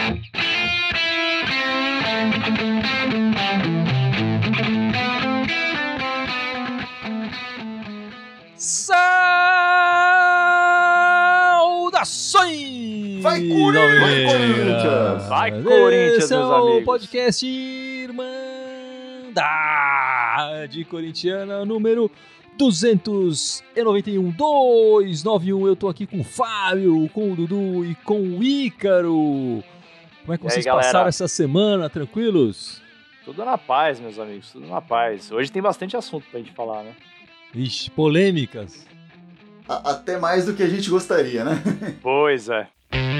Saudações! Vai, Corinthians! Vai, Corinthians, Esse é meus o amigos. podcast Irmandade Corintiana número 291. Eu tô aqui com o Fábio, com o Dudu e com o Ícaro. Como é que E aí, vocês galera? passaram essa semana? Tranquilos? Tudo na paz, meus amigos, tudo na paz. Hoje tem bastante assunto pra gente falar, né? Ixi, polêmicas. Até mais do que a gente gostaria, né? Pois é.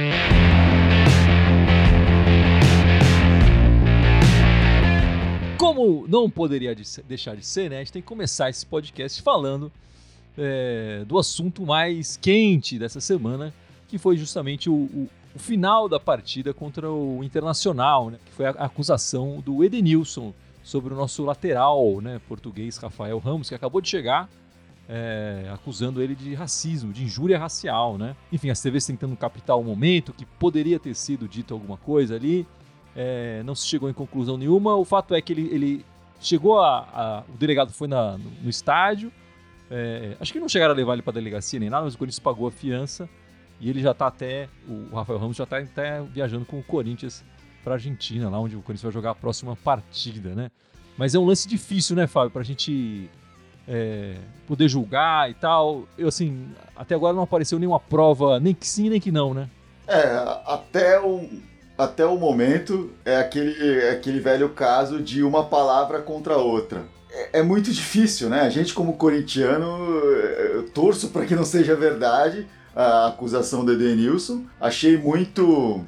Como não poderia deixar de ser, né? A gente tem que começar esse podcast falando do assunto mais quente dessa semana, que foi justamente o final da partida contra o Internacional, né? Que foi a acusação do Edenilson sobre o nosso lateral, né, português Rafael Ramos, que acabou de chegar, acusando ele de racismo, de injúria racial, né? Enfim, as TVs tentando captar o momento que poderia ter sido dito alguma coisa ali. Não se chegou em conclusão nenhuma. O fato é que ele chegou o delegado foi no estádio. Acho que não chegaram a levar ele para a delegacia nem nada, mas o Corinthians pagou a fiança e ele já está o Rafael Ramos já está até viajando com o Corinthians para a Argentina, lá onde o Corinthians vai jogar a próxima partida, né? Mas é um lance difícil, né, Fábio, para a gente poder julgar e tal. Eu, assim, até agora não apareceu nenhuma prova, nem que sim, nem que não, né? Até o momento é aquele velho caso de uma palavra contra outra. É muito difícil, né? A gente, como corintiano, eu torço para que não seja verdade a acusação do Edenilson. Achei muito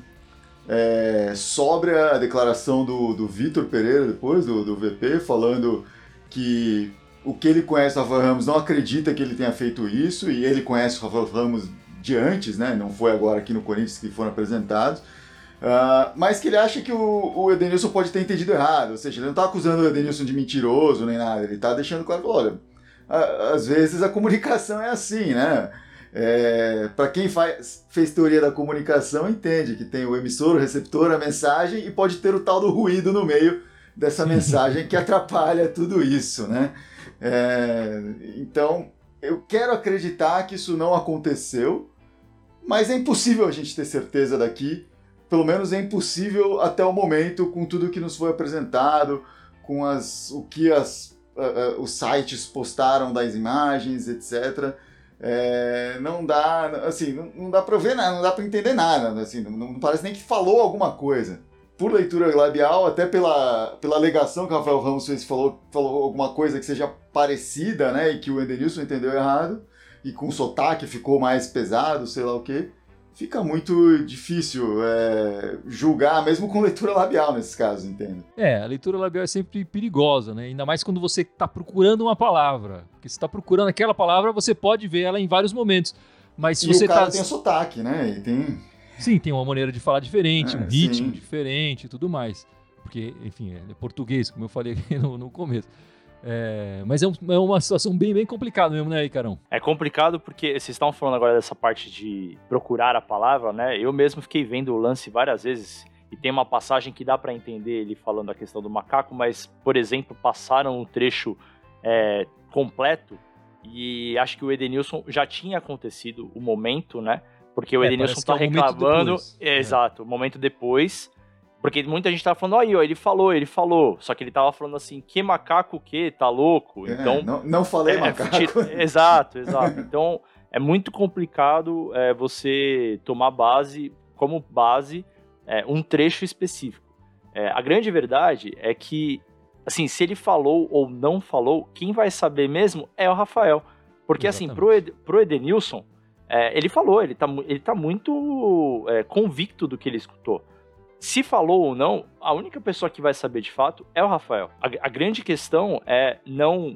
sóbria a declaração do Vitor Pereira depois, do VP, falando que o que ele conhece do Rafael Ramos não acredita que ele tenha feito isso, e ele conhece o Rafael Ramos de antes, né? Não foi agora aqui no Corinthians que foram apresentados. Mas que ele acha que o Edenilson pode ter entendido errado, ou seja, ele não está acusando o Edenilson de mentiroso nem nada, ele está deixando claro que, olha, às vezes a comunicação é assim, né? Para quem fez teoria da comunicação entende que tem o emissor, o receptor, a mensagem, e pode ter o tal do ruído no meio dessa mensagem que atrapalha tudo isso, né? Então, eu quero acreditar que isso não aconteceu, mas é impossível a gente ter certeza daqui. Pelo menos é impossível até o momento, com tudo que nos foi apresentado, com o que os sites postaram das imagens, etc. Não dá, assim, não dá para ver nada, não dá para entender nada, assim, não parece nem que falou alguma coisa. Por leitura labial, até pela alegação que o Rafael Ramos fez, falou alguma coisa que seja parecida, né, e que o Edenilson entendeu errado, e com o sotaque ficou mais pesado, sei lá o quê. Fica muito difícil julgar, mesmo com leitura labial nesses casos, entende? A leitura labial é sempre perigosa, né? Ainda mais quando você está procurando uma palavra. Porque se está procurando aquela palavra, você pode ver ela em vários momentos. Mas se você o cara tem sotaque, né? E tem... Sim, tem uma maneira de falar diferente, um ritmo sim. diferente e tudo mais. Porque, enfim, é português, como eu falei aqui no começo. Mas é uma situação bem, bem complicada mesmo, né, Icarão? É complicado porque vocês estavam falando agora dessa parte de procurar a palavra, né? Eu mesmo fiquei vendo o lance várias vezes e tem uma passagem que dá pra entender ele falando a questão do macaco, mas, por exemplo, passaram um trecho completo e acho que o Edenilson já tinha acontecido o momento, né? Porque o Edenilson tá reclamando... Exato, o momento depois... Porque muita gente tava falando, ele falou. Só que ele tava falando assim, que macaco o quê? Tá louco? Então, não falei macaco. Exato. Então, é muito complicado você tomar como base um trecho específico. A grande verdade é que, assim, se ele falou ou não falou, quem vai saber mesmo é o Rafael. Porque, Exatamente. assim, pro Edenilson, ele falou, ele tá muito convicto do que ele escutou. Se falou ou não, a única pessoa que vai saber de fato é o Rafael. A grande questão é não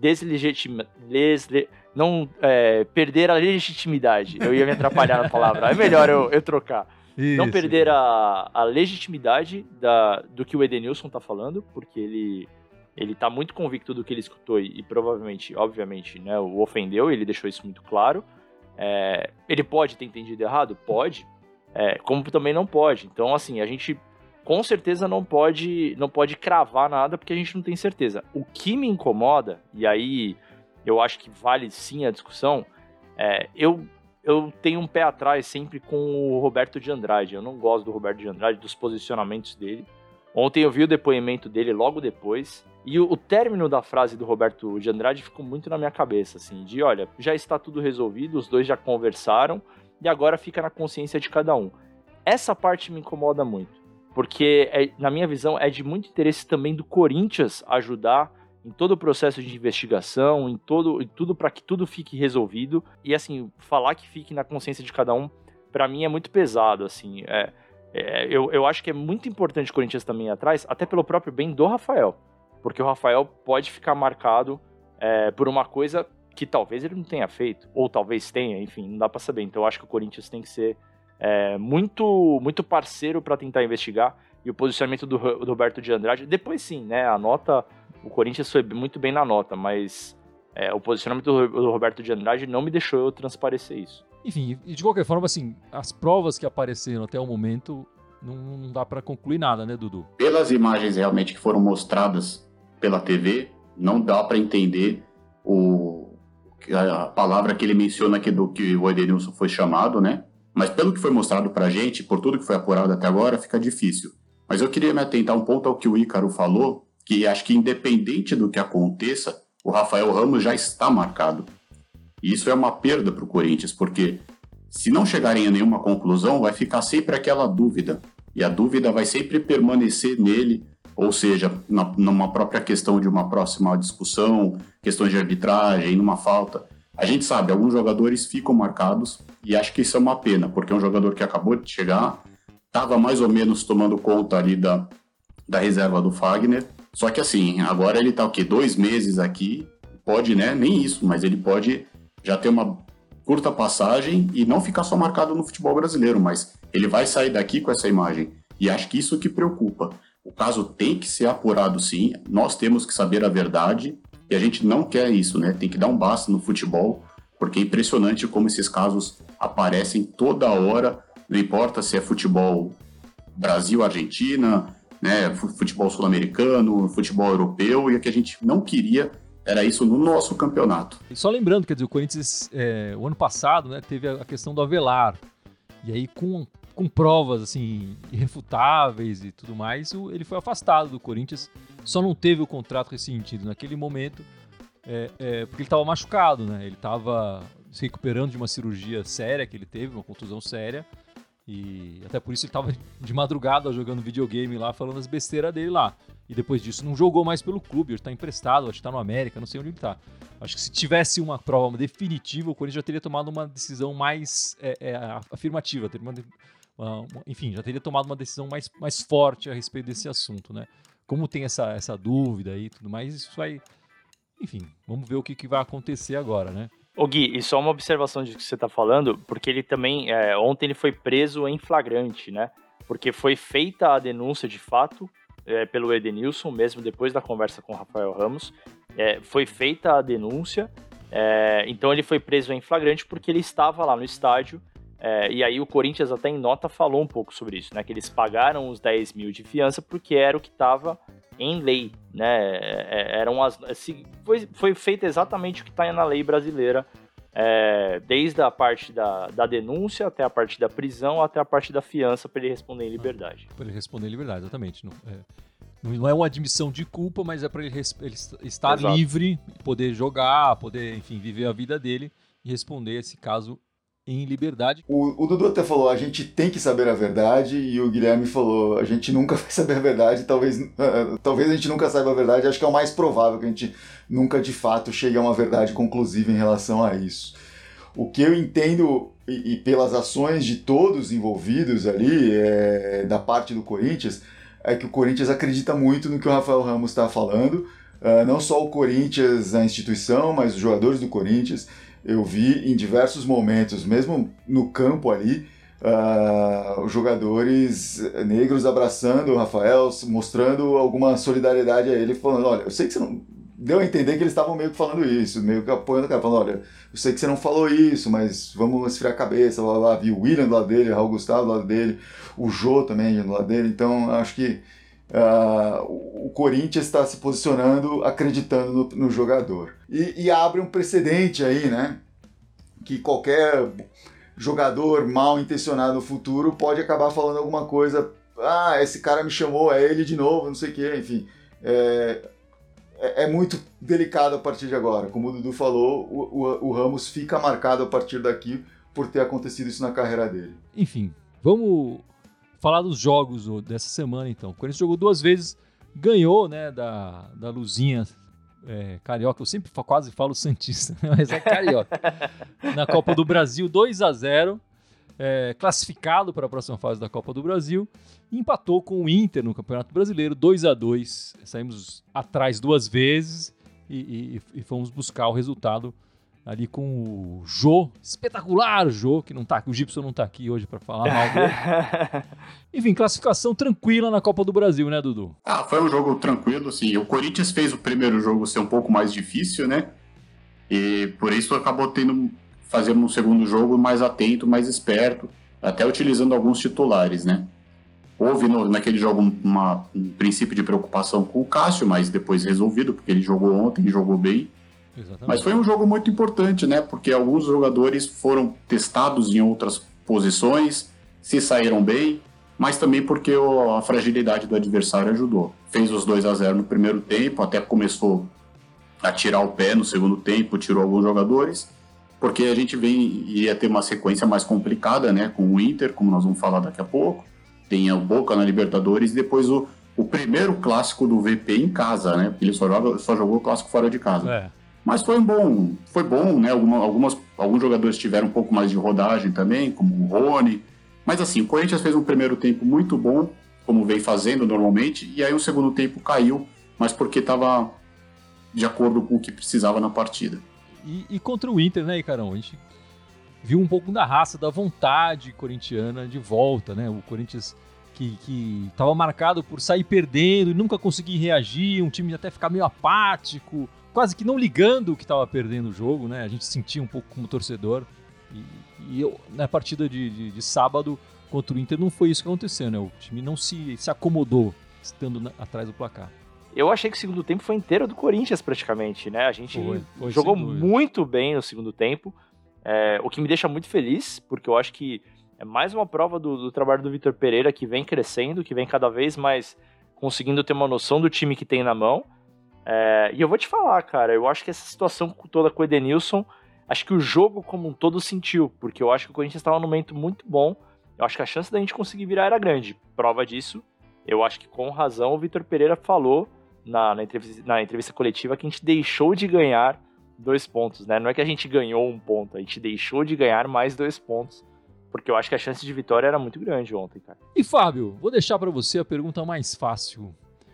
perder a legitimidade. Eu ia me atrapalhar na palavra. É melhor eu trocar. Isso. Não perder a legitimidade do que o Edenilson tá falando, porque ele tá muito convicto do que ele escutou e provavelmente, obviamente, né, o ofendeu, ele deixou isso muito claro. Ele pode ter entendido errado? Pode. como também não pode. Então, assim, a gente com certeza não pode cravar nada, porque a gente não tem certeza. O que me incomoda, e aí eu acho que vale sim a discussão, eu tenho um pé atrás sempre com o Roberto de Andrade. Eu não gosto do Roberto de Andrade, dos posicionamentos dele. Ontem eu vi o depoimento dele logo depois, e o término da frase do Roberto de Andrade ficou muito na minha cabeça, assim, de olha, já está tudo resolvido, os dois já conversaram, e agora fica na consciência de cada um. Essa parte me incomoda muito, porque, na minha visão, é de muito interesse também do Corinthians ajudar em todo o processo de investigação, em tudo para que tudo fique resolvido, e assim, falar que fique na consciência de cada um, para mim é muito pesado, assim, eu acho que é muito importante o Corinthians também ir atrás, até pelo próprio bem do Rafael, porque o Rafael pode ficar marcado por uma coisa que talvez ele não tenha feito, ou talvez tenha, enfim, não dá pra saber. Então eu acho que o Corinthians tem que ser muito, muito parceiro para tentar investigar, e o posicionamento do Roberto de Andrade, depois sim, né, a nota, o Corinthians foi muito bem na nota, mas o posicionamento do Roberto de Andrade não me deixou eu transparecer isso. Enfim, e de qualquer forma, assim, as provas que apareceram até o momento, não dá pra concluir nada, né, Dudu? Pelas imagens realmente que foram mostradas pela TV, não dá pra entender a palavra que ele menciona aqui do que o Edenilson foi chamado, né? Mas pelo que foi mostrado pra gente, por tudo que foi apurado até agora, fica difícil. Mas eu queria me atentar um ponto ao que o Ícaro falou, que acho que independente do que aconteça, o Rafael Ramos já está marcado. E isso é uma perda para o Corinthians, porque se não chegarem a nenhuma conclusão, vai ficar sempre aquela dúvida. E a dúvida vai sempre permanecer nele, ou seja, numa própria questão de uma próxima discussão, questões de arbitragem, numa falta. A gente sabe, alguns jogadores ficam marcados, e acho que isso é uma pena, porque é um jogador que acabou de chegar, estava mais ou menos tomando conta ali da reserva do Fagner, só que assim, agora ele está o quê? 2 meses aqui, pode, né? Nem isso, mas ele pode já ter uma curta passagem e não ficar só marcado no futebol brasileiro, mas ele vai sair daqui com essa imagem. E acho que isso que preocupa. O caso tem que ser apurado sim, nós temos que saber a verdade, e a gente não quer isso, né? Tem que dar um basta no futebol, porque é impressionante como esses casos aparecem toda hora, não importa se é futebol Brasil, Argentina, né, futebol sul-americano, futebol europeu, e o que a gente não queria era isso no nosso campeonato. E só lembrando, quer dizer, o Corinthians, o ano passado, né, teve a questão do Avelar, e aí com provas, assim, irrefutáveis e tudo mais, ele foi afastado do Corinthians, só não teve o contrato rescindido naquele momento, porque ele estava machucado, né, ele estava se recuperando de uma cirurgia séria que ele teve, uma contusão séria, e até por isso ele estava de madrugada jogando videogame lá, falando as besteiras dele lá. E depois disso não jogou mais pelo clube, hoje está emprestado, acho que está no América, não sei onde ele está. Acho que se tivesse uma prova definitiva, o Corinthians já teria tomado uma decisão mais afirmativa, enfim, já teria tomado uma decisão mais forte a respeito desse assunto, né? Como tem essa dúvida aí e tudo mais, isso vai... Enfim, vamos ver o que vai acontecer agora, né? Ô Gui, e só uma observação disso que você tá falando, porque ele também, ontem ele foi preso em flagrante, né? Porque foi feita a denúncia de fato pelo Edenilson, mesmo depois da conversa com o Rafael Ramos, foi feita a denúncia, então ele foi preso em flagrante porque ele estava lá no estádio, e aí o Corinthians até em nota falou um pouco sobre isso, né? Que eles pagaram os 10 mil de fiança porque era o que estava em lei, né? Foi feito exatamente o que está na lei brasileira, desde a parte da denúncia até a parte da prisão, até a parte da fiança para ele responder em liberdade. Para ele responder em liberdade, exatamente. Não é uma admissão de culpa, mas é para ele estar Exato. livre, poder jogar, poder, enfim, viver a vida dele e responder esse caso em liberdade. O Dudu até falou, a gente tem que saber a verdade, e o Guilherme falou, a gente nunca vai saber a verdade, talvez a gente nunca saiba a verdade, acho que é o mais provável que a gente nunca de fato chegue a uma verdade conclusiva em relação a isso. O que eu entendo, e pelas ações de todos envolvidos ali, da parte do Corinthians, é que o Corinthians acredita muito no que o Rafael Ramos está falando, não só o Corinthians, a instituição, mas os jogadores do Corinthians. Eu vi em diversos momentos, mesmo no campo ali, os jogadores negros abraçando o Rafael, mostrando alguma solidariedade a ele, falando, olha, eu sei que você deu a entender que eles estavam meio que falando isso, meio que apoiando o cara, falando, olha, eu sei que você não falou isso, mas vamos esfriar a cabeça, blá, blá. Vi o William do lado dele, o Raul Gustavo do lado dele, o Jô também do lado dele, então acho que o Corinthians está se posicionando acreditando no jogador. E abre um precedente aí, né? Que qualquer jogador mal intencionado no futuro pode acabar falando alguma coisa, esse cara me chamou, é ele de novo, não sei o quê, enfim. É muito delicado a partir de agora. Como o Dudu falou, o Ramos fica marcado a partir daqui por ter acontecido isso na carreira dele. Enfim, vamos falar dos jogos dessa semana, então. O Corinthians jogou 2 vezes, ganhou, né, da Luzinha carioca. Eu sempre quase falo santista, mas é carioca. Na Copa do Brasil, 2-0. Classificado para a próxima fase da Copa do Brasil. E empatou com o Inter no Campeonato Brasileiro, 2-2. Saímos atrás 2 vezes e fomos buscar o resultado ali com o Jô, espetacular Jô, que o Gibson não tá aqui hoje para falar mal dele. Enfim, classificação tranquila na Copa do Brasil, né, Dudu? Foi um jogo tranquilo, assim. O Corinthians fez o primeiro jogo ser um pouco mais difícil, né? E por isso acabou fazendo um segundo jogo mais atento, mais esperto, até utilizando alguns titulares, né? Houve naquele jogo um princípio de preocupação com o Cássio, mas depois resolvido, porque ele jogou ontem e jogou bem. Exatamente. Mas foi um jogo muito importante, né? Porque alguns jogadores foram testados em outras posições, se saíram bem, mas também porque a fragilidade do adversário ajudou. Fez os 2-0 no primeiro tempo, até começou a tirar o pé no segundo tempo, tirou alguns jogadores, porque a gente iria ter uma sequência mais complicada, né? Com o Inter, como nós vamos falar daqui a pouco, tem o Boca na Libertadores, e depois o primeiro clássico do VP em casa, né? Porque ele só jogou o clássico fora de casa. Mas foi bom, né? Alguns jogadores tiveram um pouco mais de rodagem também, como o Rony. Mas assim, o Corinthians fez um primeiro tempo muito bom, como vem fazendo normalmente, e aí o segundo tempo caiu, mas porque estava de acordo com o que precisava na partida. E contra o Inter, né, Icarão? A gente viu um pouco da raça, da vontade corintiana de volta, né? O Corinthians que estava marcado por sair perdendo e nunca conseguir reagir, um time até ficar meio apático, quase que não ligando o que estava perdendo o jogo, né? A gente sentia um pouco como torcedor. E na partida de sábado contra o Inter não foi isso que aconteceu, né? O time não se acomodou estando atrás do placar. Eu achei que o segundo tempo foi inteiro do Corinthians praticamente, né? A gente jogou muito bem no segundo tempo, o que me deixa muito feliz, porque eu acho que é mais uma prova do trabalho do Vitor Pereira, que vem crescendo, que vem cada vez mais conseguindo ter uma noção do time que tem na mão. E eu vou te falar, cara, eu acho que essa situação toda com o Edenilson, acho que o jogo como um todo sentiu, porque eu acho que o Corinthians estava num momento muito bom, eu acho que a chance da gente conseguir virar era grande. Prova disso, eu acho que com razão o Vitor Pereira falou na entrevista coletiva que a gente deixou de ganhar 2 pontos, né? Não é que a gente ganhou 1 ponto, a gente deixou de ganhar mais 2 pontos, porque eu acho que a chance de vitória era muito grande ontem, cara. E Fábio, vou deixar para você a pergunta mais fácil.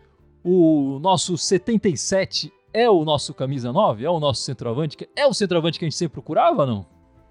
O nosso 77 é o nosso camisa 9? É o nosso centroavante? É o centroavante que a gente sempre procurava, não?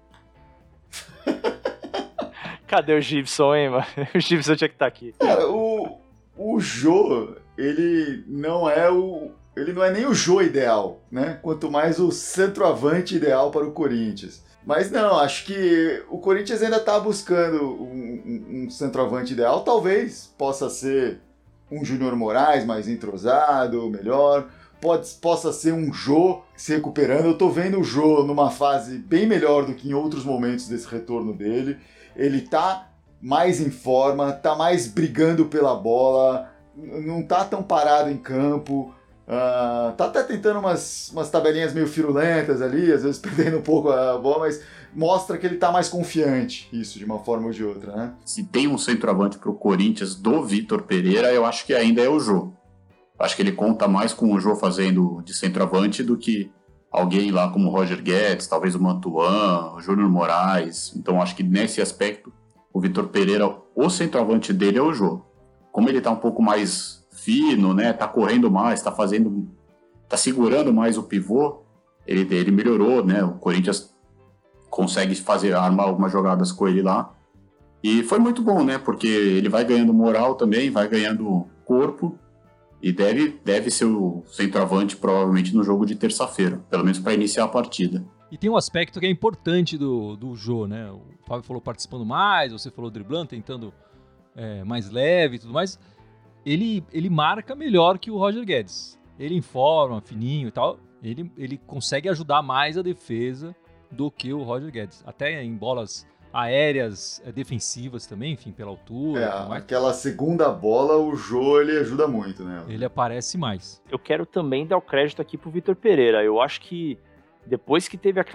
Cadê o Gibson, hein, mano? O Gibson tinha que estar aqui. Cara, o Jô, ele não é nem o Jô ideal, né? Quanto mais o centroavante ideal para o Corinthians. Mas não, acho que o Corinthians ainda está buscando um centroavante ideal. Talvez possa ser um Júnior Moraes mais entrosado, melhor. Possa ser um Jô se recuperando. Eu tô vendo o Jô numa fase bem melhor do que em outros momentos desse retorno dele. Ele tá mais em forma, tá mais brigando pela bola, não tá tão parado em campo. Tá até tentando umas tabelinhas meio firulentas ali, às vezes perdendo um pouco a bola, mas mostra que ele tá mais confiante, isso, de uma forma ou de outra, né? Se tem um centroavante pro Corinthians do Vitor Pereira, eu acho que ainda é o Jô. Acho que ele conta mais com o Jô fazendo de centroavante do que alguém lá como o Roger Guedes, talvez o Mantuan, o Júnior Moraes. Então acho que nesse aspecto, o Vitor Pereira, o centroavante dele é o Jô. Como ele tá um pouco mais fino, né? Tá correndo mais, tá segurando mais o pivô, ele melhorou, né? O Corinthians consegue armar algumas jogadas com ele lá. E foi muito bom, né? Porque ele vai ganhando moral também, vai ganhando corpo. E deve ser o centroavante provavelmente no jogo de terça-feira, pelo menos para iniciar a partida. E tem um aspecto que é importante do Jô, né? O Fábio falou participando mais, você falou driblando, tentando mais leve e tudo mais. Ele marca melhor que o Roger Guedes. Ele informa, fininho e tal. Ele consegue ajudar mais a defesa do que o Roger Guedes. Até em bolas aéreas defensivas também, enfim, pela altura. Aquela segunda bola, o Jô, ele ajuda muito, né? Ele aparece mais. Eu quero também dar o crédito aqui pro Vitor Pereira. Eu acho que depois que teve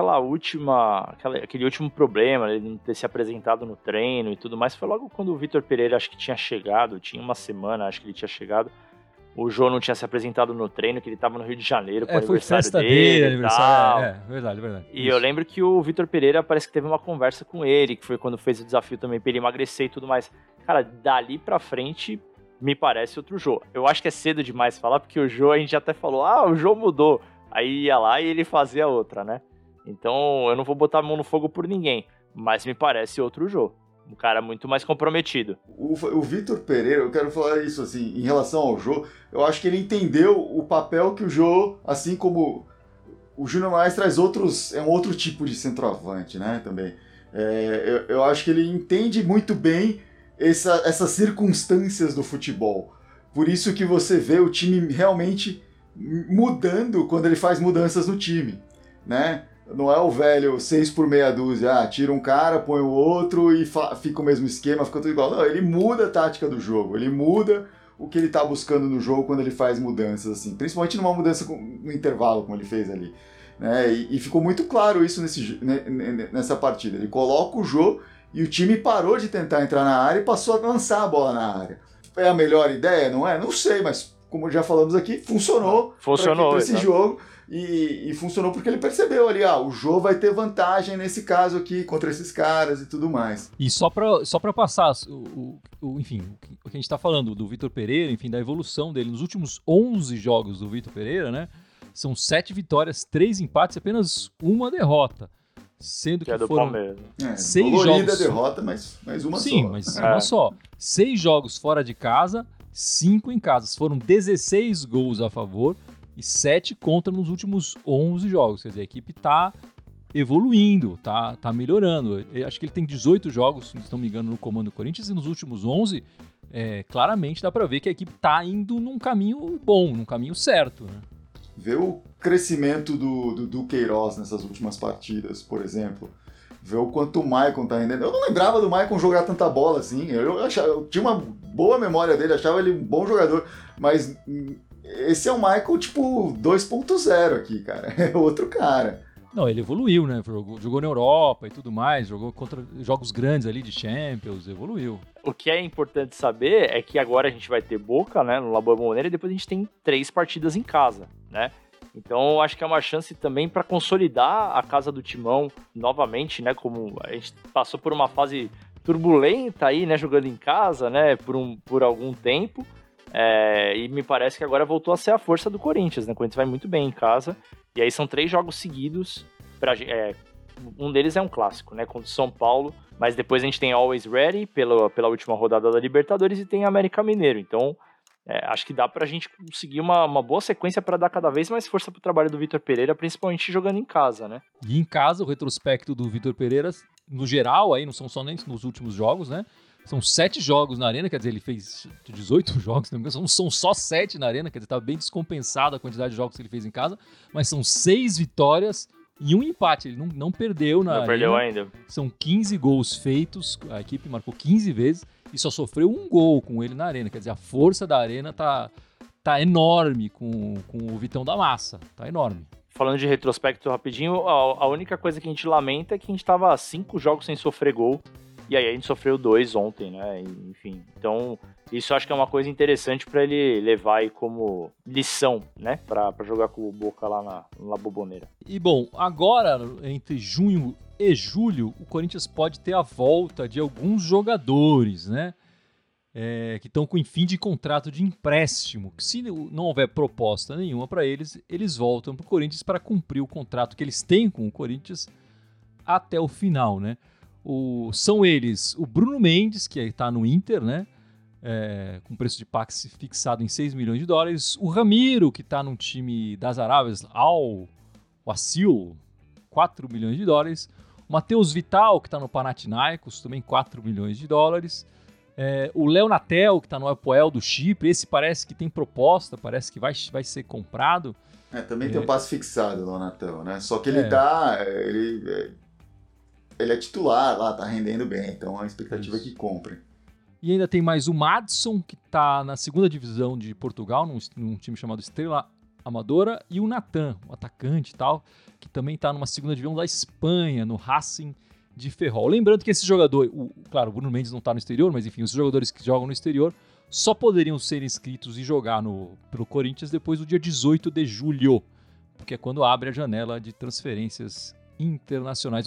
aquele último problema, ele não ter se apresentado no treino e tudo mais, foi logo quando o Vitor Pereira acho que tinha chegado, tinha uma semana, acho que ele tinha chegado. O Jô não tinha se apresentado no treino, que ele tava no Rio de Janeiro pro aniversário dele. Aniversário, verdade. E eu lembro que o Vitor Pereira parece que teve uma conversa com ele, que foi quando fez o desafio também pra ele emagrecer e tudo mais. Cara, dali pra frente, me parece outro Jô. Eu acho que é cedo demais falar, porque o Jô, a gente até falou, o Jô mudou. Aí ia lá e ele fazia outra, né? Então, eu não vou botar a mão no fogo por ninguém, mas me parece outro Jô. Um cara muito mais comprometido. O Vitor Pereira, eu quero falar isso assim, em relação ao Jô, eu acho que ele entendeu o papel que o Jô, assim como o Júnior Moraes traz um outro tipo de centroavante, né, também. Eu acho que ele entende muito bem essas circunstâncias do futebol. Por isso que você vê o time realmente mudando quando ele faz mudanças no time, né? Não é o velho 6 por meia dúzia, tira um cara, põe o outro e fica o mesmo esquema, fica tudo igual. Não, ele muda a tática do jogo, ele muda o que ele tá buscando no jogo quando ele faz mudanças, assim. Principalmente numa mudança no intervalo, como ele fez ali. Né? E ficou muito claro isso nessa partida. Ele coloca o Jô e o time parou de tentar entrar na área e passou a lançar a bola na área. É a melhor ideia? Não é? Não sei, mas como já falamos aqui, funcionou para esse jogo. E funcionou porque ele percebeu ali, o Jô vai ter vantagem nesse caso aqui contra esses caras e tudo mais. E só pra passar, enfim, o que a gente tá falando do Vitor Pereira, enfim, da evolução dele nos últimos 11 jogos do Vitor Pereira, né? São 7 vitórias, 3 empates e apenas uma derrota. Sendo que é do foram Palmeiras. 6 jogos. A derrota, mas uma Sim, só. mas uma só. 6 jogos fora de casa, 5 em casa. Foram 16 gols a favor e 7 contra nos últimos 11 jogos. Quer dizer, a equipe tá evoluindo, tá melhorando. Eu acho que ele tem 18 jogos, se não me engano, no comando do Corinthians, e nos últimos 11, claramente dá pra ver que a equipe tá indo num caminho bom, num caminho certo, né? Ver o crescimento do Queiroz nessas últimas partidas, por exemplo. Ver o quanto o Maicon tá rendendo. Eu não lembrava do Maicon jogar tanta bola assim. Eu tinha uma boa memória dele, achava ele um bom jogador, mas esse é o Maicon tipo 2.0 aqui, cara. É outro cara. Não, ele evoluiu, né? Jogou na Europa e tudo mais, jogou contra jogos grandes ali de Champions, evoluiu. O que é importante saber é que agora a gente vai ter Boca, né, no La Bombonera, e depois a gente tem 3 partidas em casa, né? Então, acho que é uma chance também para consolidar a casa do Timão novamente, né? Como a gente passou por uma fase turbulenta aí, né? Jogando em casa, né? Por algum tempo. E me parece que agora voltou a ser a força do Corinthians, né? O Corinthians vai muito bem em casa. E aí são 3 jogos seguidos. Um deles é um clássico, né? Contra o São Paulo. Mas depois a gente tem Always Ready pela última rodada da Libertadores e tem América Mineiro. Então, acho que dá pra gente conseguir uma boa sequência para dar cada vez mais força pro trabalho do Vitor Pereira, principalmente jogando em casa, né? E em casa, o retrospecto do Vitor Pereira, no geral, aí não são só nem nos últimos jogos, né? São 7 jogos na Arena, quer dizer, ele fez 18 jogos, não são só 7 na Arena, quer dizer, tá bem descompensada a quantidade de jogos que ele fez em casa, mas são 6 vitórias e um empate, ele não perdeu na Arena. Não perdeu ainda. São 15 gols feitos, a equipe marcou 15 vezes e só sofreu 1 gol com ele na Arena, quer dizer, a força da Arena tá enorme com o Vitão da Massa, tá enorme. Falando de retrospecto rapidinho, a única coisa que a gente lamenta é que a gente tava 5 jogos sem sofrer gol. E aí a gente sofreu 2 ontem, né? Enfim, então isso eu acho que é uma coisa interessante para ele levar aí como lição, né? Para jogar com o Boca lá na La Bombonera. E bom, agora entre junho e julho, o Corinthians pode ter a volta de alguns jogadores, né? Que estão com fim de contrato de empréstimo. Que se não houver proposta nenhuma para eles, eles voltam para o Corinthians para cumprir o contrato que eles têm com o Corinthians até o final, né? São eles o Bruno Mendes, que está no Inter, né? com preço de passe fixado em $6 milhões. O Ramiro, que está num time das Arábias, Al-Wassil, $4 milhões. O Matheus Vital, que está no Panathinaikos, também $4 milhões. O Léo Natel, que está no Apoel do Chipre, esse parece que tem proposta, parece que vai ser comprado. Também tem um passe fixado lá, Natel, né? Só que ele é titular lá, tá rendendo bem, então a expectativa é que comprem. E ainda tem mais o Madison, que está na segunda divisão de Portugal, num time chamado Estrela Amadora, e o Natan, o atacante e tal, que também está numa segunda divisão da Espanha, no Racing de Ferrol. Lembrando que esse jogador, claro, o Bruno Mendes não está no exterior, mas enfim, os jogadores que jogam no exterior só poderiam ser inscritos e jogar pelo Corinthians depois do dia 18 de julho, porque é quando abre a janela de transferências internacionais.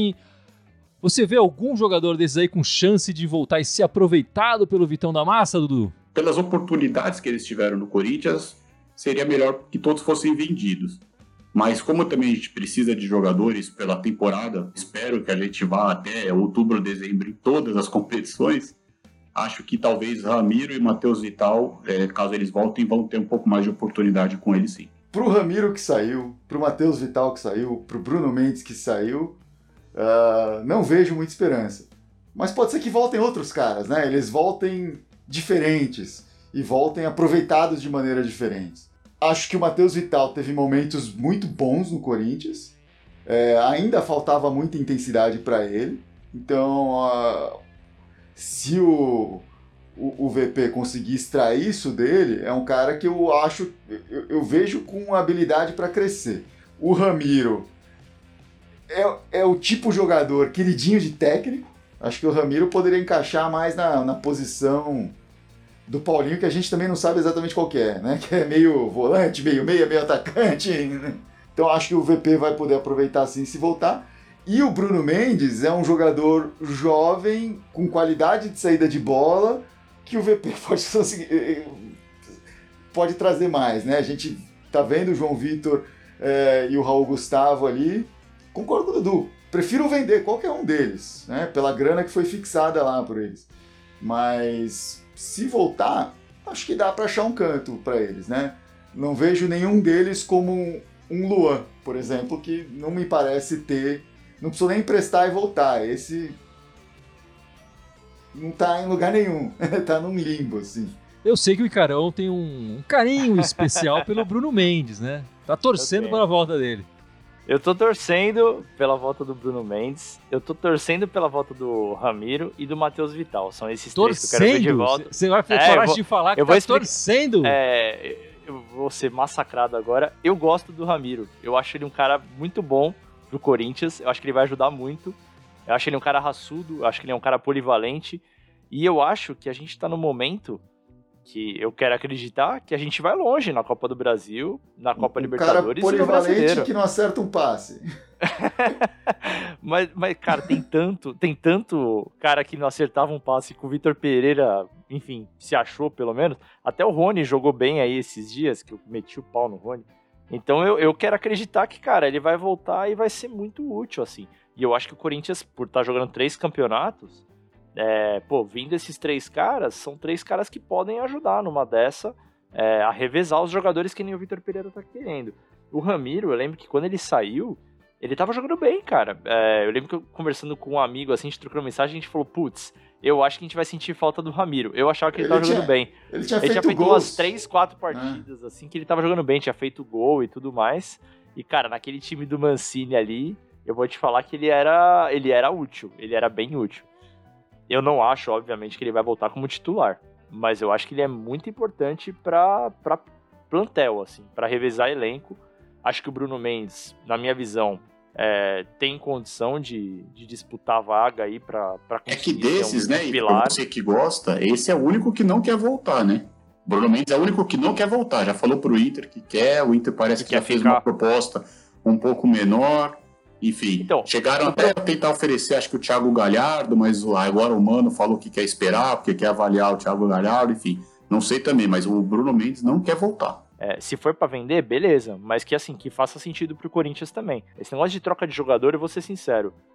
Você vê algum jogador desses aí com chance de voltar e ser aproveitado pelo Vitão da Massa, Dudu? Pelas oportunidades que eles tiveram no Corinthians, seria melhor que todos fossem vendidos. Mas como também a gente precisa de jogadores pela temporada, espero que a gente vá até outubro, dezembro em todas as competições, acho que talvez Ramiro e Matheus Vital, caso eles voltem, vão ter um pouco mais de oportunidade com eles sim. Pro Ramiro que saiu, pro Matheus Vital que saiu, pro Bruno Mendes que saiu, não vejo muita esperança. Mas pode ser que voltem outros caras, né? Eles voltem diferentes e voltem aproveitados de maneiras diferentes. Acho que o Matheus Vital teve momentos muito bons no Corinthians. Ainda faltava muita intensidade para ele. Então, se o VP conseguir extrair isso dele, é um cara que eu vejo com habilidade para crescer. O Ramiro é o tipo de jogador queridinho de técnico. Acho que o Ramiro poderia encaixar mais na posição do Paulinho, que a gente também não sabe exatamente qual que é, né? Que é meio volante, meio meia, meio atacante. Então acho que o VP vai poder aproveitar assim se voltar. E o Bruno Mendes é um jogador jovem, com qualidade de saída de bola, que o VP pode trazer mais, né? A gente tá vendo o João Vitor e o Raul Gustavo ali. Concordo com o Dudu. Prefiro vender qualquer um deles, né? Pela grana que foi fixada lá por eles. Mas se voltar, acho que dá para achar um canto para eles, né? Não vejo nenhum deles como um Luan, por exemplo, que não me parece ter... Não precisou nem emprestar e voltar. Esse não tá em lugar nenhum. Tá num limbo, assim. Eu sei que o Icarão tem um carinho especial pelo Bruno Mendes, né? Tá torcendo pela volta dele. Eu tô torcendo pela volta do Bruno Mendes, eu tô torcendo pela volta do Ramiro e do Matheus Vital. São esses três que eu quero ver de volta. Você vai coragem de falar que tá torcendo? Eu vou ser massacrado agora. Eu gosto do Ramiro. Eu acho ele um cara muito bom pro Corinthians. Eu acho que ele vai ajudar muito. Eu acho ele um cara raçudo. Eu acho que ele é um cara polivalente. E eu acho que a gente tá no momento que eu quero acreditar que a gente vai longe na Copa do Brasil, na Copa Libertadores e no Brasileiro. Um cara polivalente que não acerta um passe. mas, cara, tem tanto cara que não acertava um passe que o Vitor Pereira, enfim, se achou pelo menos. Até o Rony jogou bem aí esses dias, que eu meti o pau no Rony. Então eu quero acreditar que, cara, ele vai voltar e vai ser muito útil, assim. E eu acho que o Corinthians, por estar jogando 3 campeonatos, vindo esses 3 caras, são 3 caras que podem ajudar numa dessa a revezar os jogadores que nem o Vitor Pereira tá querendo. O Ramiro, eu lembro que quando ele saiu, ele tava jogando bem, cara. Eu lembro que eu conversando com um amigo, assim, a gente trocou mensagem, a gente falou, putz, eu acho que a gente vai sentir falta do Ramiro. Eu achava que ele tava jogando bem. Ele tinha feito umas 3, 4 partidas, assim, que ele tava jogando bem, tinha feito gol e tudo mais. E, cara, naquele time do Mancini ali, eu vou te falar que ele era útil, ele era bem útil. Eu não acho, obviamente, que ele vai voltar como titular, mas eu acho que ele é muito importante pra plantel, assim, pra revezar elenco. Acho que o Bruno Mendes, na minha visão, tem condição de disputar a vaga aí pra conseguir. É que desses, né, e pra você que gosta, esse é o único que não quer voltar, né? Bruno Mendes é o único que não quer voltar. Já falou pro Inter que quer, o Inter parece que já fez uma proposta um pouco menor. Enfim, então, chegaram até a tentar oferecer, acho que o Thiago Galhardo, mas agora o Mano falou que quer esperar, porque quer avaliar o Thiago Galhardo, enfim. Não sei também, mas o Bruno Mendes não quer voltar. Se for pra vender, beleza, mas que assim, que faça sentido pro Corinthians também. Esse negócio de troca de jogador, eu vou ser sincero,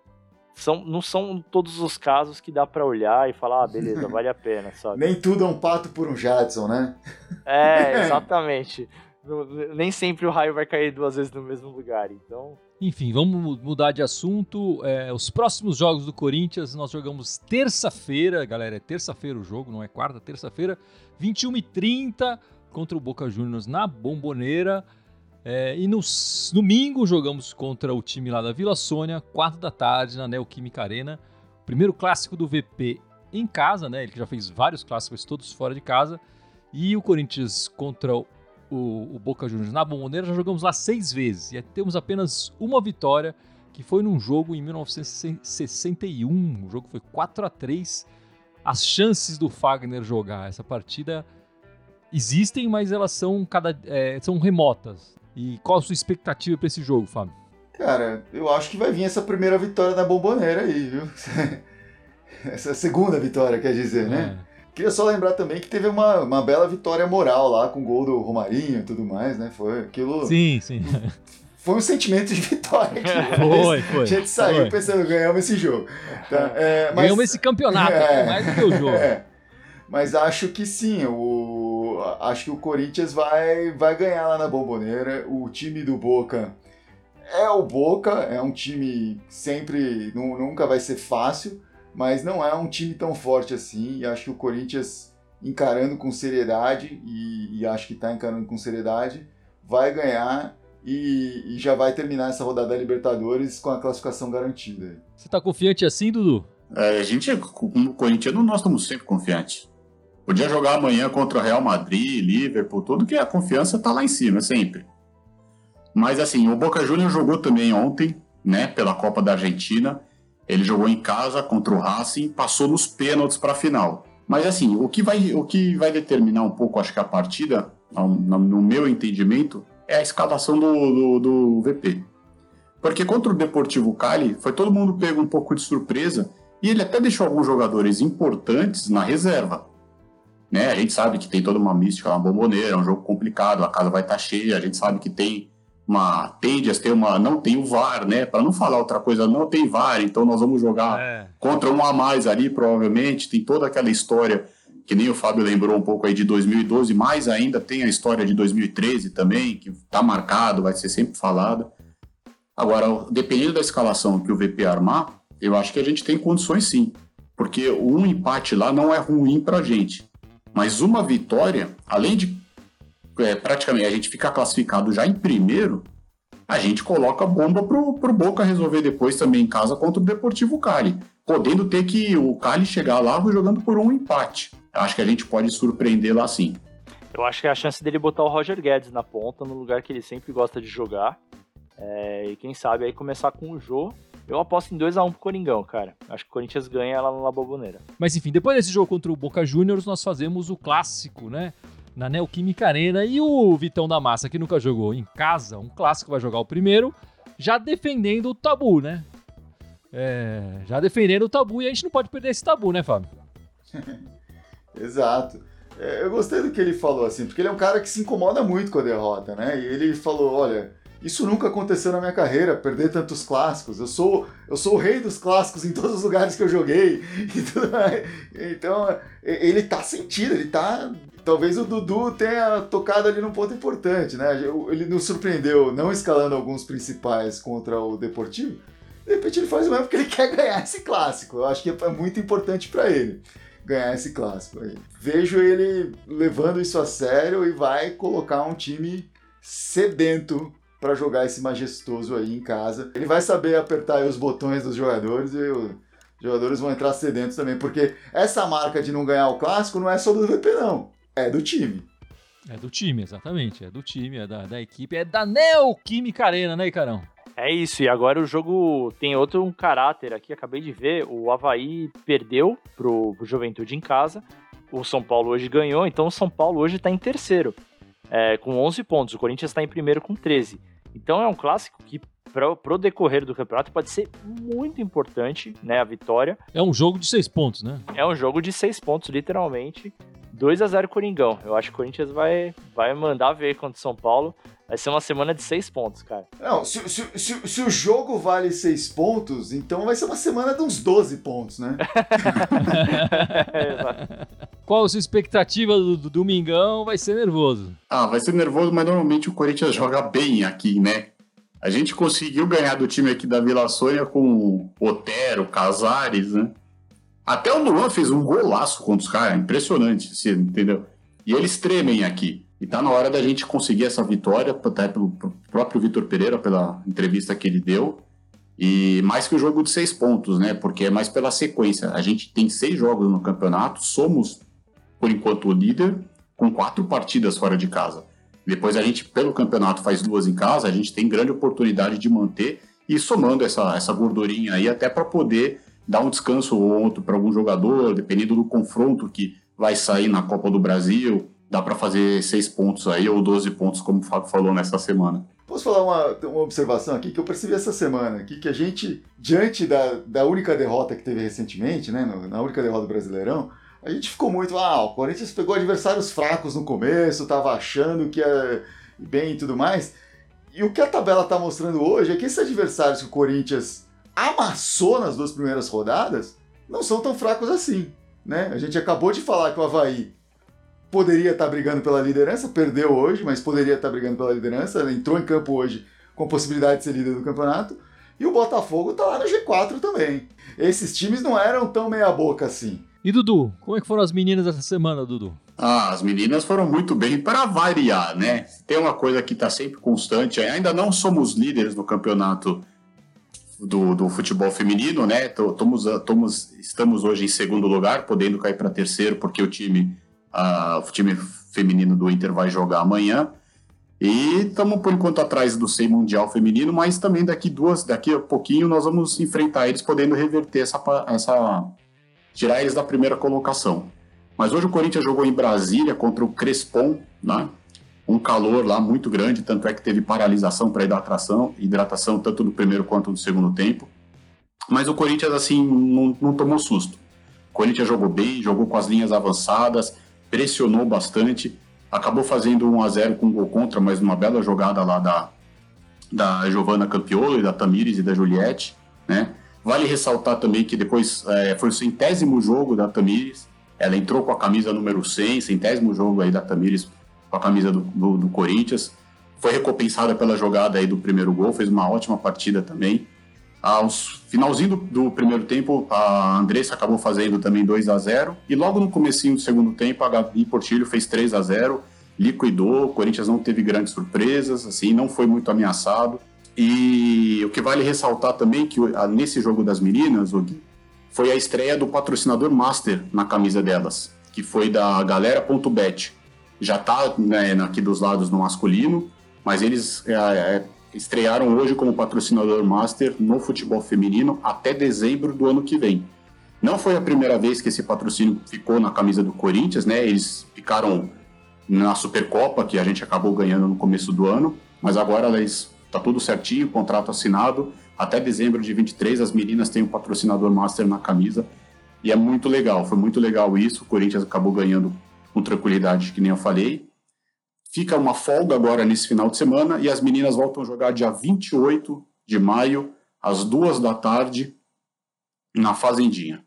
não são todos os casos que dá pra olhar e falar, beleza, vale a pena, sabe? Nem tudo é um pato por um Jadson, né? Exatamente. Nem sempre o raio vai cair 2 vezes no mesmo lugar, então... Enfim, vamos mudar de assunto. Os próximos jogos do Corinthians nós jogamos terça-feira, galera, é terça-feira o jogo, não é quarta, terça-feira, 21h30 contra o Boca Juniors na Bombonera. E no domingo jogamos contra o time lá da Vila Sônia, 4h na Neoquímica Arena. Primeiro clássico do VP em casa, né? Ele que já fez vários clássicos, todos fora de casa. E o Corinthians contra o Boca Juniors na Bombonera, já jogamos lá 6 vezes. E temos apenas uma vitória, que foi num jogo em 1961. O jogo foi 4-3. As chances do Fagner jogar essa partida existem, mas elas são remotas. E qual a sua expectativa para esse jogo, Fábio? Cara, eu acho que vai vir essa primeira vitória na Bombonera aí, viu? Essa segunda vitória, quer dizer, né? Queria só lembrar também que teve uma bela vitória moral lá, com o gol do Romarinho e tudo mais, né? Foi aquilo... Sim. Foi um sentimento de vitória. Foi. A gente saiu pensando, ganhamos esse jogo. Tá? Ganhamos esse campeonato, mais do que o jogo. Mas acho que sim, acho que o Corinthians vai ganhar lá na Bombonera. O time do Boca é o Boca, é um time que sempre, nunca vai ser fácil, mas não é um time tão forte assim. E acho que o Corinthians, encarando com seriedade, e acho que está encarando com seriedade, vai ganhar e já vai terminar essa rodada da Libertadores com a classificação garantida. Você está confiante assim, Dudu? A gente, como corintiano, nós estamos sempre confiantes. Podia jogar amanhã contra o Real Madrid, Liverpool, tudo que a confiança tá lá em cima, sempre. Mas assim, o Boca Juniors jogou também ontem, né, pela Copa da Argentina. Ele jogou em casa contra o Racing, passou nos pênaltis para a final. Mas assim, o que vai determinar um pouco, acho que a partida, no meu entendimento, é a escalação do VP. Porque contra o Deportivo Cali, foi todo mundo pego um pouco de surpresa, e ele até deixou alguns jogadores importantes na reserva. Né? A gente sabe que tem toda uma mística lá na Bombonera, é um jogo complicado, a casa vai estar cheia, a gente sabe que não tem o VAR, né? Para não falar outra coisa, não tem VAR, então nós vamos jogar contra um a mais ali, provavelmente. Tem toda aquela história, que nem o Fábio lembrou um pouco aí de 2012, mas ainda tem a história de 2013 também, que está marcado, vai ser sempre falada. Agora, dependendo da escalação que o VP armar, eu acho que a gente tem condições sim, porque um empate lá não é ruim para a gente. Mas uma vitória, além de praticamente a gente ficar classificado já em primeiro, a gente coloca a bomba pro Boca resolver depois também em casa contra o Deportivo Cali, podendo ter que o Cali chegar lá jogando por um empate. Acho que a gente pode surpreender lá sim. Eu acho que é a chance dele botar o Roger Guedes na ponta, no lugar que ele sempre gosta de jogar. E quem sabe aí começar com o Jô. Eu aposto em 2-1 pro Coringão, cara. Acho que o Corinthians ganha lá na Bombonera. Mas enfim, depois desse jogo contra o Boca Juniors, nós fazemos o clássico, né? Na Neoquímica Arena. E o Vitão da Massa, que nunca jogou em casa, um clássico, vai jogar o primeiro, já defendendo o tabu, né? Já defendendo o tabu, e a gente não pode perder esse tabu, né, Fábio? Exato. Eu gostei do que ele falou, assim, porque ele é um cara que se incomoda muito com a derrota, né? E ele falou, olha... Isso nunca aconteceu na minha carreira, perder tantos clássicos. Eu sou o rei dos clássicos em todos os lugares que eu joguei. Então, ele tá sentido, ele tá... Talvez o Dudu tenha tocado ali num ponto importante, né? Ele nos surpreendeu não escalando alguns principais contra o Deportivo. De repente ele faz o mesmo porque ele quer ganhar esse clássico. Eu acho que é muito importante para ele ganhar esse clássico. Vejo ele levando isso a sério e vai colocar um time sedento para jogar esse majestoso aí em casa. Ele vai saber apertar aí os botões dos jogadores e os jogadores vão entrar sedentos também, porque essa marca de não ganhar o clássico não é só do VP não, é do time. É do time, exatamente, é do time, é da equipe, é da Neoquímica Arena, né, Icarão? É isso, e agora o jogo tem outro caráter aqui, acabei de ver, o Avaí perdeu pro Juventude em casa, o São Paulo hoje ganhou, então o São Paulo hoje está em terceiro, com 11 pontos, o Corinthians está em primeiro com 13. Então é um clássico que pro decorrer do campeonato pode ser muito importante, né, a vitória. É um jogo de 6 pontos, né? É um jogo de 6 pontos, literalmente. 2-0 Coringão. Eu acho que o Corinthians vai mandar ver contra o São Paulo. Vai ser uma semana de 6 pontos, cara. Não, se o jogo vale 6 pontos, então vai ser uma semana de uns 12 pontos, né? Qual a sua expectativa do domingão? Vai ser nervoso. Vai ser nervoso, mas normalmente o Corinthians joga bem aqui, né? A gente conseguiu ganhar do time aqui da Vila Sônia com Otero, Casares, né? Até o Luan fez um golaço contra os caras, impressionante, assim, entendeu? E eles tremem aqui. E tá na hora da gente conseguir essa vitória, até pelo próprio Vitor Pereira, pela entrevista que ele deu. E mais que o jogo de 6 pontos, né? Porque é mais pela sequência. A gente tem 6 jogos no campeonato, somos, por enquanto, o líder, com 4 partidas fora de casa. Depois a gente, pelo campeonato, faz 2 em casa, a gente tem grande oportunidade de manter e somando essa gordurinha aí, até para poder dar um descanso ou outro para algum jogador, dependendo do confronto que vai sair na Copa do Brasil. Dá para fazer 6 pontos aí, ou 12 pontos, como o Fábio falou nessa semana. Posso falar uma observação aqui que eu percebi essa semana aqui, que a gente, diante da única derrota que teve recentemente, né, na única derrota do Brasileirão, a gente ficou muito, o Corinthians pegou adversários fracos no começo, tava achando que ia bem e tudo mais. E o que a tabela tá mostrando hoje é que esses adversários que o Corinthians amassou nas 2 primeiras rodadas não são tão fracos assim, né? A gente acabou de falar que o Avaí poderia estar brigando pela liderança, perdeu hoje, mas poderia estar brigando pela liderança, entrou em campo hoje com a possibilidade de ser líder do campeonato, e o Botafogo está lá no G4 também. Esses times não eram tão meia boca assim. E Dudu, como é que foram as meninas essa semana, Dudu? As meninas foram muito bem para variar, né? Tem uma coisa que está sempre constante, ainda não somos líderes no campeonato do futebol feminino, né? Estamos hoje em segundo lugar, podendo cair para terceiro, porque o time feminino do Inter vai jogar amanhã. E estamos, por enquanto, atrás do SEI Mundial Feminino, mas também daqui a pouquinho nós vamos enfrentar eles, podendo reverter tirar eles da primeira colocação. Mas hoje o Corinthians jogou em Brasília contra o Crespon, né? Um calor lá muito grande, tanto é que teve paralisação para hidratação tanto no primeiro quanto no segundo tempo. Mas o Corinthians, assim, não tomou susto. O Corinthians jogou bem, jogou com as linhas avançadas, pressionou bastante, acabou fazendo 1-0 com um gol contra, mas uma bela jogada lá da Giovana Campiolo e da Tamires e da Juliette, né? Vale ressaltar também que depois foi o 100º jogo da Tamires, ela entrou com a camisa número 100, 100º jogo aí da Tamires com a camisa do Corinthians, foi recompensada pela jogada aí do primeiro gol, fez uma ótima partida também. Aos finalzinho do primeiro tempo, a Andressa acabou fazendo também 2-0, e logo no comecinho do segundo tempo, a Gabi Portillo fez 3-0, liquidou, o Corinthians não teve grandes surpresas, assim, não foi muito ameaçado. E o que vale ressaltar também que nesse jogo das meninas, foi a estreia do patrocinador Master na camisa delas, que foi da Galera.bet. Já está, né, aqui dos lados no masculino, mas eles estrearam hoje como patrocinador Master no futebol feminino até dezembro do ano que vem. Não foi a primeira vez que esse patrocínio ficou na camisa do Corinthians, né? Eles ficaram na Supercopa, que a gente acabou ganhando no começo do ano, mas agora está tudo certinho, contrato assinado. Até dezembro de 23 as meninas têm um patrocinador Master na camisa e é muito legal, foi muito legal isso. O Corinthians acabou ganhando com tranquilidade, que nem eu falei. Fica uma folga agora nesse final de semana e as meninas voltam a jogar dia 28 de maio, às 14h, na Fazendinha.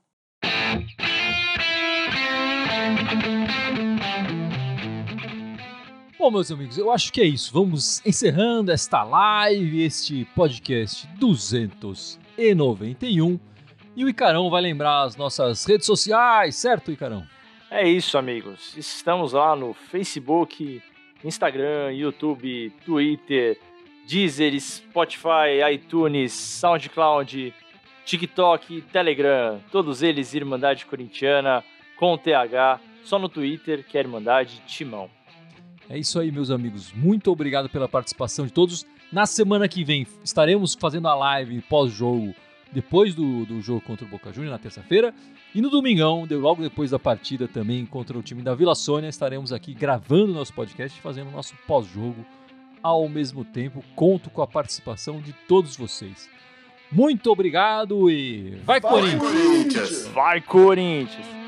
Bom, meus amigos, eu acho que é isso. Vamos encerrando esta live, este podcast 291. E o Icarão vai lembrar as nossas redes sociais, certo, Icarão? É isso, amigos. Estamos lá no Facebook, Instagram, YouTube, Twitter, Deezer, Spotify, iTunes, SoundCloud, TikTok, Telegram. Todos eles Irmandade Corintiana, com TH. Só no Twitter, que é Irmandade Timão. É isso aí, meus amigos. Muito obrigado pela participação de todos. Na semana que vem estaremos fazendo a live pós-jogo, depois do jogo contra o Boca Juniors, na terça-feira. E no domingão, logo depois da partida também contra o time da Vila Sônia, estaremos aqui gravando nosso podcast e fazendo nosso pós-jogo ao mesmo tempo. Conto com a participação de todos vocês. Muito obrigado e vai Corinthians! Vai Corinthians!